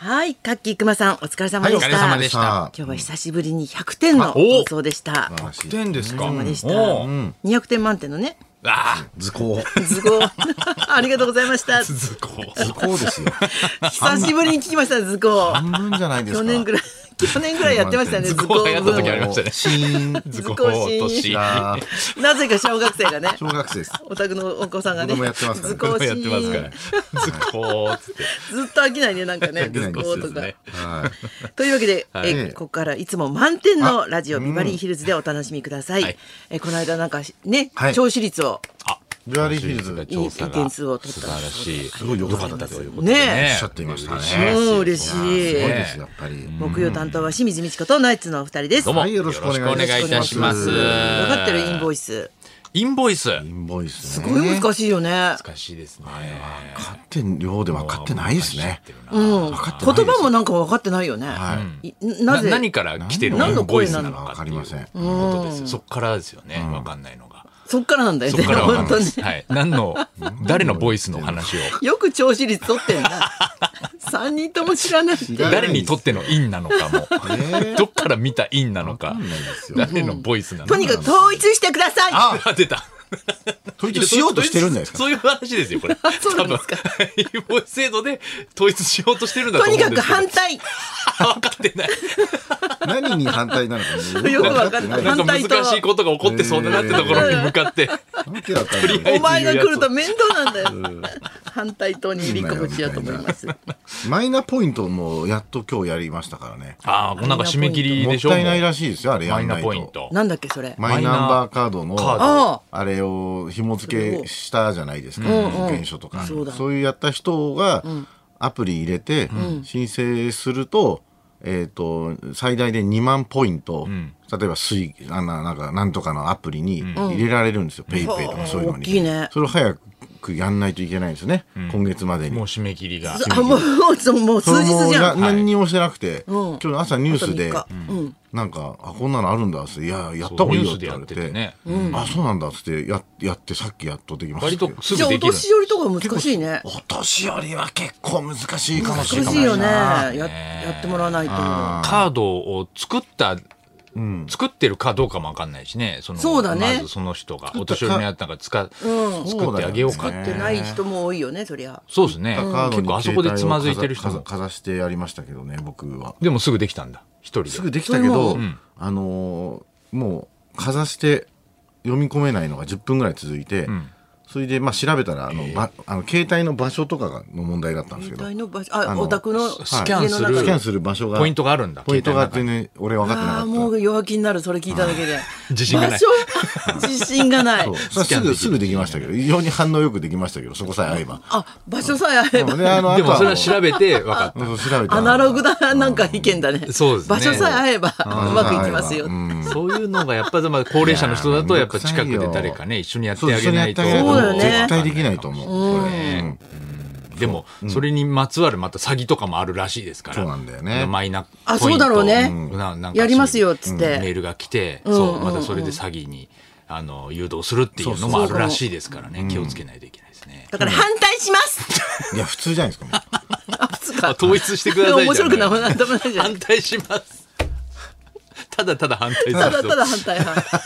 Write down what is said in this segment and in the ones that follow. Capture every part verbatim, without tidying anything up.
はい、カッキーくまさんお疲れ様でした。 はい、お疲れ様でした。 今日は久しぶりにひゃくてんの放送でした。 ひゃくてんですか。 お疲れ様でした。にひゃくてん満点のね。 ああ、 図工。 図工。ありがとうございました。 図工。 図工ですよ。 久しぶりに聞きました図工。 半分じゃないですか。 去年ぐらい。去年ぐらいやってましたね。 図工やった時ありましたね。 シーン。 図工とシーン。 なぜか小学生がね。 小学生です。 お宅のお子さんがね。 僕もやってますから。 図工シやってますから。図工っつって。 ずっと飽きないねなんかね図工とか。 はい。 というわけで、 はいえここからいつも満点のラジオビバリーヒルズでお楽しみください。 はい、 えこの間なんかね、 はい、 聴取率を。 あビバリーヒルズがいい点数を取った。 素晴らしい。 すごい良かったということでね。おっしゃっていましたね。 うん、嬉しい。 すごいですやっぱり。 木曜担当は清水美智子とナイツのお二人です。 どうもよろしくお願いいたします。 分かってるインボイス。 インボイス。 インボイスすごい難しいよね。 難しいですね。 分かってんようで分かってないですね。 うん。言葉もなんか分かってないよね。 はい。 なぜ何から来てる何のボイス声なのなのか分かりません。 ことですよ。そっからですよね。分かんないのが。 そっからなんだよね。 そっから分かんない本当に。 です。はい。何の誰のボイスの話を。 よく聴取率取ってんな。三人とも知らないって。 誰にとってのインなのかも。どっから見たインなのか。誰のボイスなのか。 とにかく統一してください。 あ、出た。 統一しようとしてるんですか。 そういう話ですよこれ。 そうなんですか。 インボイス制度で統一しようとしてるんだとと思うんですけど。 にかく反対。 分かってない。 何に反対なのかよく分かってない。 なんか難しいことが起こってそうだなってところに向かって。 お前が来ると面倒なんだよ。反対党に立候補しようと思います。 マイナポイントもやっと今日やりましたからね。 ああ、なんか締め切りでしょ。 もったいないらしいですよあれやんないと。 マイナポイント。 なんだっけそれ。 マイナンバーカードのああれを紐付けしたじゃないですか。保険証とかそういうやった人がアプリ入れて申請すると。えー、と最大でにまんポイント、うん、例えばスイあななんかなんとかのアプリに入れられるんですよ、うん、ペイペイとかそういうのに、 大きいね、 それを早くやんないといけないんですよね、うん、今月までにもう締め切りがあもうもう数日じゃん。 何にもしてなくて、 はい、 今日朝ニュースで、うん、なんかあこんなのあるんだっていややった方がいいよって言われて、 ねうん、あそうなんだっつってややってさっきやっとできました。 割とすぐじゃあおできる。 年寄りとか難しいね。 お年寄りは結構難しいかもしれない。 難しいよね。ややってもらわないと。 カードを作ったうん、作ってるかどうかも分かんないしね。そのそうだね。 まずその人がお年寄りのやつなんか使う、うん、作ってあげようか使ってない人も多いよねそりゃ。 そうですね、うん、結構あそこでつまずいてる人もかざしてやりましたけどね僕は。 でもすぐできたんだ一人で。 すぐできたけど、うん、あのー、もうかざして読み込めないのがじゅっぷんぐらい続いて、うんそれでまあ調べたらあのばあの携帯の場所とかがの問題だったんですけど、 携帯の場所あお宅のスキャンするスキャンする場所がポイントがあるんだ。 ポイントがあってね俺分かってなかった。 あもう弱気になるそれ聞いただけで自信がない。 自信がない。 そうすぐすぐできましたけど非常に反応よくできましたけどそこさえ合えば。 あ場所さえ合えば。 でもそれは調べて分かった。 調べてアナログだなんか意見だね。 そうですね。 場所さえ合えばうまくいきますよ。 そういうのがやっぱり高齢者の人だとやっぱ近くで誰かね一緒にやってあげないと。 そうだよね。 絶対できないと思う。 でもそれにまつわるまた詐欺とかもあるらしいですから。 そうなんだよね。 マイナポイントあそうだろうね。やりますよっつってメールが来て、そうまたそれで詐欺にあの誘導するっていうのもあるらしいですからね。気をつけないといけないですね。 だから反対します。 いや普通じゃないですか。 あ普通か。 統一してください。 面白くないなんでもないじゃん。 反対します。ただただ反対する。 ただただ反対派。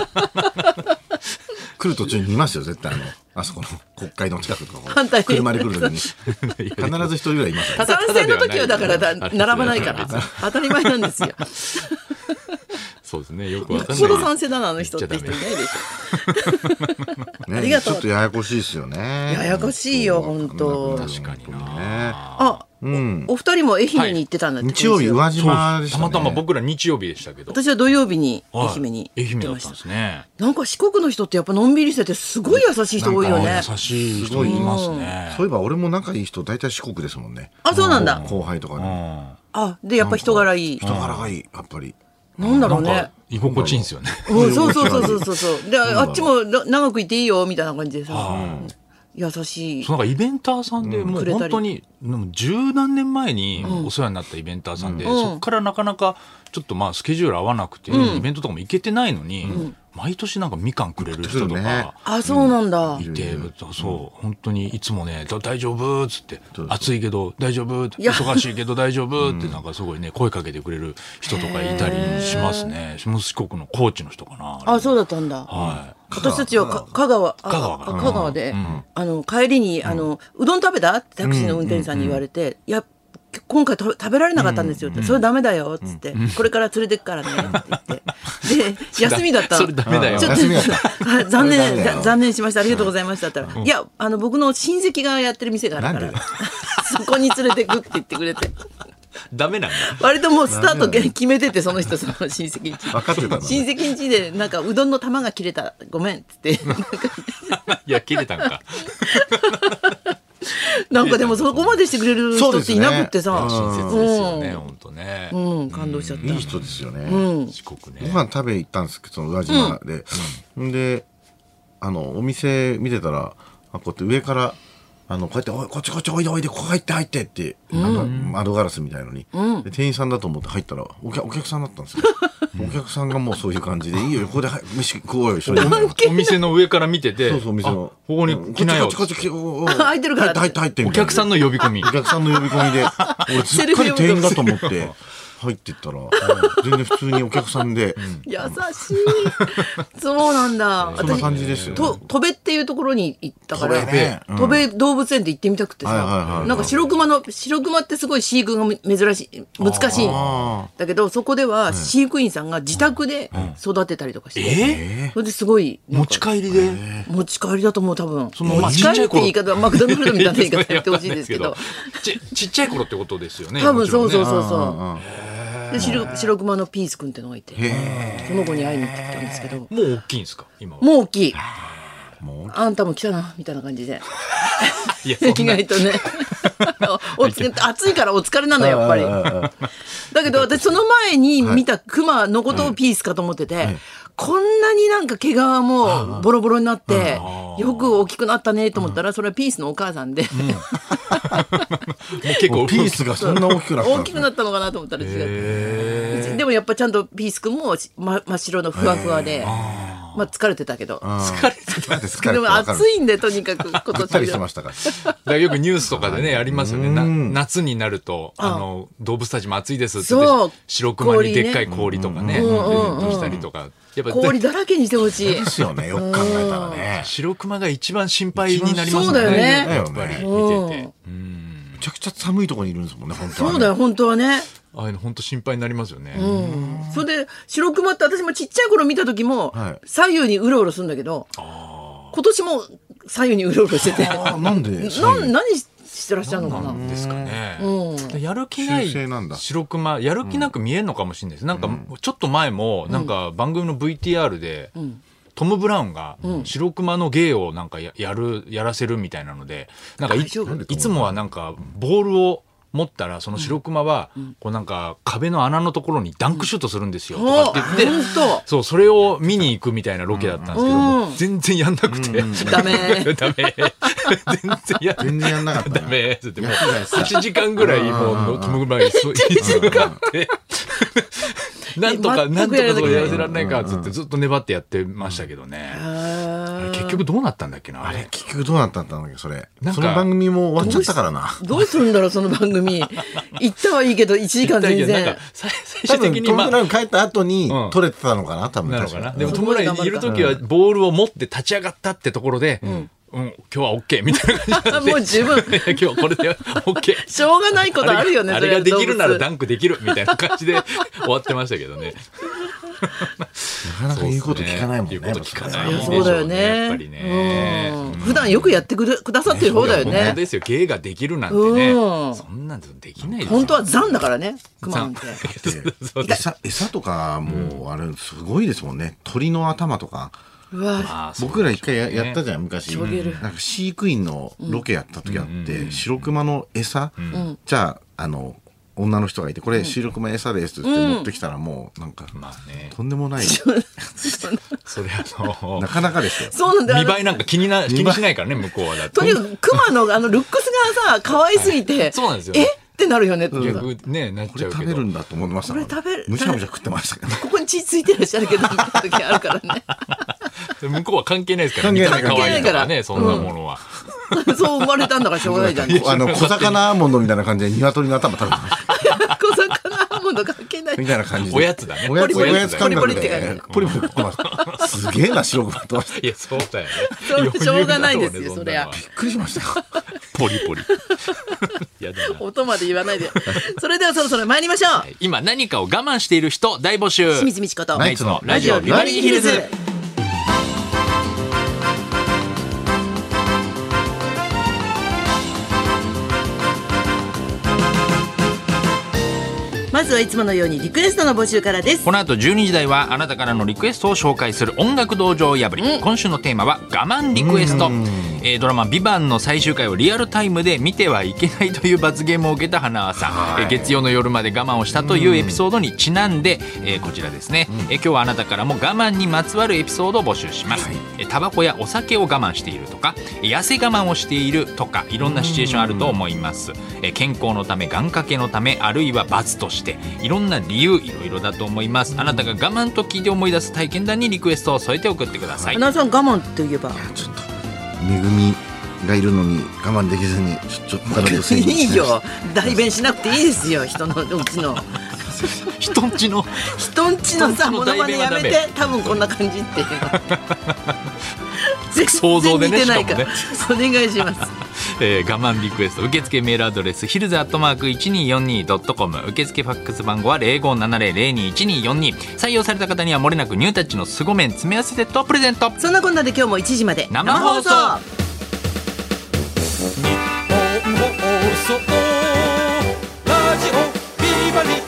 来る途中にいますよ絶対あのあそこの国会の近くとか反対車で来る時に必ず一人ぐらいいますよ。 賛成の時はだからだ並ばないから当たり前なんですよ。 そうですねよくわかんない。 よっぽど賛成だなあの人って人いないでしょ。ありがとう。 ちょっとややこしいですよね。 ややこしいよ本当。 確かにな。 あお二人も愛媛に行ってたんだって。 日曜日宇和島でしたね。 たまたま僕ら日曜日でしたけど。 私は土曜日に愛媛に愛媛だったんですね。 なんか四国の人ってやっぱのんびりしててすごい優しい人多いよね。 優しい人いますね。 そういえば俺も仲いい人大体四国ですもんね。 あそうなんだ。 後輩とかね。 あでやっぱ人柄いい。 人柄がいいやっぱり。 なんだろうね。 居心地いいんですよね。 そうそうそうそうそうそう。であっちも長くいていいよみたいな感じでさ。優しい。 そうなんかイベンターさんでもう本当に十何年前にお世話になったイベンターさんで、そこからなかなかちょっとまあスケジュール合わなくて、イベントとかも行けてないのに、 毎年なんかみかんくれる人とかあ、そうなんだ。 いて、そう本当にいつもね大丈夫っつって暑いけど大丈夫忙しいけど大丈夫ってなんかすごいね声かけてくれる人とかいたりしますね。四国の高知の人かな。 あ、そうだったんだ。 はい。 私たちはか香川、 香川か香川で、あの帰りにあのうどん食べたってタクシーの運転手さんに言われて、いや今回と食べられなかったんですよって、それダメだよっつって、これから連れてくからねって言って、で休みだったの。 それダメだよ。 ちょっと残念残念しました、ありがとうございましたって言ったら、いやあの僕の親戚がやってる店があるからそこに連れてくって言ってくれて。 ダメなんだ。 割ともうスタート決めてて、その人その親戚んち分かってたの。 親戚んちでなんかうどんの玉が切れたごめんっつっていや切れたんか。 なんかでもそこまでしてくれる人っていなくってさ、 親切ですよね、本当ね。 うん、感動しちゃった。 いい人ですよね。 四国ね。 ご飯食べ行ったんですけど、その宇和島で、で、あのお店見てたら、あこうやって上からあのこうやっておいこっちこっちおいでおいでここ入って入ってってなんか窓ガラスみたいのに、で店員さんだと思って入ったらお客お客さんだったんですよ。お客さんがもうそういう感じでいいよここで飯食おうよ一緒に。 お店の上から見てて、 そうそうお店のここに来なよ。 こっちこっちこっち空いてるから入って入ってお客さんの呼び込み。 お客さんの呼び込みで俺すっかり店員だと思って入っていったら全然普通にお客さんで優しい。そうなんだ。 そんな感じですよ。 と戸部っていうところに行ったから、 戸部ね戸部動物園で行ってみたくてさ、なんか白熊の白熊ってすごい飼育が珍しい難しいんだけど、そこでは飼育員さんが自宅で育てたりとかして、 えそれですごい持ち帰りで持ち帰りだと思う多分。 その持ち帰りって言い方はマクドナルドみたいな言い方やってほしいですけど、 ちちっちゃい頃ってことですよね。 多分そうそうそうそう。で 白, 白熊のピース君ってのがいて、その子に会いに行ってきたんですけど、 もう大きいんですか今は。 もう大きい。あんたも来たなみたいな感じでいやそんな意外とねおつ暑いからお疲れなのやっぱり。だけど私その前に見たクマのことをピースかと思ってて、こんなになんか毛皮もボロボロになってよく大きくなったねと思ったら、それはピースのお母さんで、 もう結構ピースがそんな大きくなった大きくなったのかなと思ったら違って、でもやっぱちゃんとピース君も真っ白のふわふわで、まあ疲れてたけど、 疲れてた疲れてでも暑いんでとにかく今ぐったりして年ましたから。 だからよくニュースとかでねありますよね。な夏になるとあの動物たちも暑いですって言って白熊にでっかい氷とかねしたりとか、やっぱ氷だらけにしてほしいですよね。よく考えたらね。 白熊が一番心配になりますもんね。 そうだよねやっぱり見てて。 めちゃくちゃ寒いところにいるんですもんね。本当はね。 そうだよ本当はね。 ああいうの本当心配になりますよね。 それで白熊って私もちっちゃい頃見た時も左右にうろうろするんだけど、今年も左右にうろうろしてて、 あなんでな何してらっしゃるのかな。 なんですかね。やる気ない白熊やる気なく見えるのかもしれないです。なんかちょっと前もなんか番組の ブイティーアール でトム・ブラウンが白熊の芸をなんかややるやらせるみたいなので、なんかいいつもはなんかボールを持ったらその白熊はこうなんか壁の穴のところにダンクシュートするんですよとかって言って、そうそれを見に行くみたいなロケだったんですけども、全然やんなくてダメダメ全然や全然やんなかったダメってもうはちじかんぐらいもうトム・ブラウンに居続かってなんとかなんとかやらせられないかっつってずっと粘ってやってましたけどね。あれ結局どうなったんだっけな。 あれ結局どうなったんだっけそれ。その番組も終わっちゃったからな。 どうするんだろうその番組。行ったはいいけどいちじかん全然。 最終的にトム・ブラウン帰った後に撮れてたのかな多分。 なのかな。でもトム・ブラウンいる時はボールを持って立ち上がったってところで。うん、今日は OK みたいな感じでもう十分今日はこれで OK しょうがないことあるよね。 あれができるならダンクできるみたいな感じで終わってましたけどね。 なかなか言うこと聞かないもんね。 言うこと聞かない。 そうだよね。 やっぱりね。 普段よくやってくださってる方だよね。 本当ですよ。芸ができるなんてね。そんなんできないですよ。 本当は残だからね。クマなんて。 餌餌とかもうあれすごいですもんね。鳥の頭とか。 うわ僕ら一回 や, やったじゃん昔。なんか飼育員のロケやった時あって、うん、白熊の餌、うん、じゃああの女の人がいてこれ白熊餌ですって持ってきたらもうなんか、まあね、とんでもないそれあのなかなかですよ。 そうなんだ。 見栄えなんか気にな気にしないからね向こうはだって。 とにかく熊のあのルックスがさ可愛すぎてそうなんですよ。 えっってなるよねって、 逆ねなっこちゃうけど、 れ食べるんだと思いました。 これ食べるむしゃむしゃ食ってましたけど、 ここに血ついてらっしゃるけどみたいな時あるからね向こうは関係ないですからね、 関係ない可愛いからね、そんなものは、 うん、そう生まれたんだからしょうがないじゃんあの小魚アーモンドみたいな感じで鶏の頭食べてました小魚アーモンド関係ないみたいな感じでおやつだね、 おやつ、 ポリポリおやつ感覚ポリポリって感でポリポリ食ってました。すげえな白くなってました。 いやそうだよね、 そうしょうがないですよそりゃ。 びっくりしましたよ。 ポリポリやだな、 音まで言わないでそれではそろそろ参りましょう。 今何かを我慢している人大募集、 清水美智子とナイツのラジオビバリーヒルズ。 まずはいつものようにリクエストの募集からです。 この後じゅうにじ台はあなたからのリクエストを紹介する音楽道場破り、うん、今週のテーマは我慢リクエスト。えー、ドラマビバンの最終回をリアルタイムで見てはいけないという罰ゲームを受けた花輪さん、えー、月曜の夜まで我慢をしたというエピソードにちなんで、えー、こちらですね、えー、今日はあなたからも我慢にまつわるエピソードを募集します。えー、タバコやお酒を我慢しているとか痩せ我慢をしているとかいろんなシチュエーションあると思います。えー、健康のため願掛けのためあるいは罰としていろんな理由いろいろだと思います。あなたが我慢と聞いて思い出す体験談にリクエストを添えて送ってください。 花輪さん我慢といえばちょっとめぐみがいるのに我慢できずにちょっと体とせいいいよ代弁しなくていいですよ。人のうちの人んちの人んちのさモノマネやめて多分こんな感じっていう想像でね、しかもねお願いします。 えー、我慢リクエスト受付メールアドレスヒルズアットマーク いちにーよんにードットコム 受付ファックス番号は ゼロごーななゼロゼロにーいちにーよんにー。採用された方にはもれなくニュータッチのスゴメン詰め合わせセットをプレゼント。 そんなこんなで今日もいちじまで生放送日本放送ラジオビバリー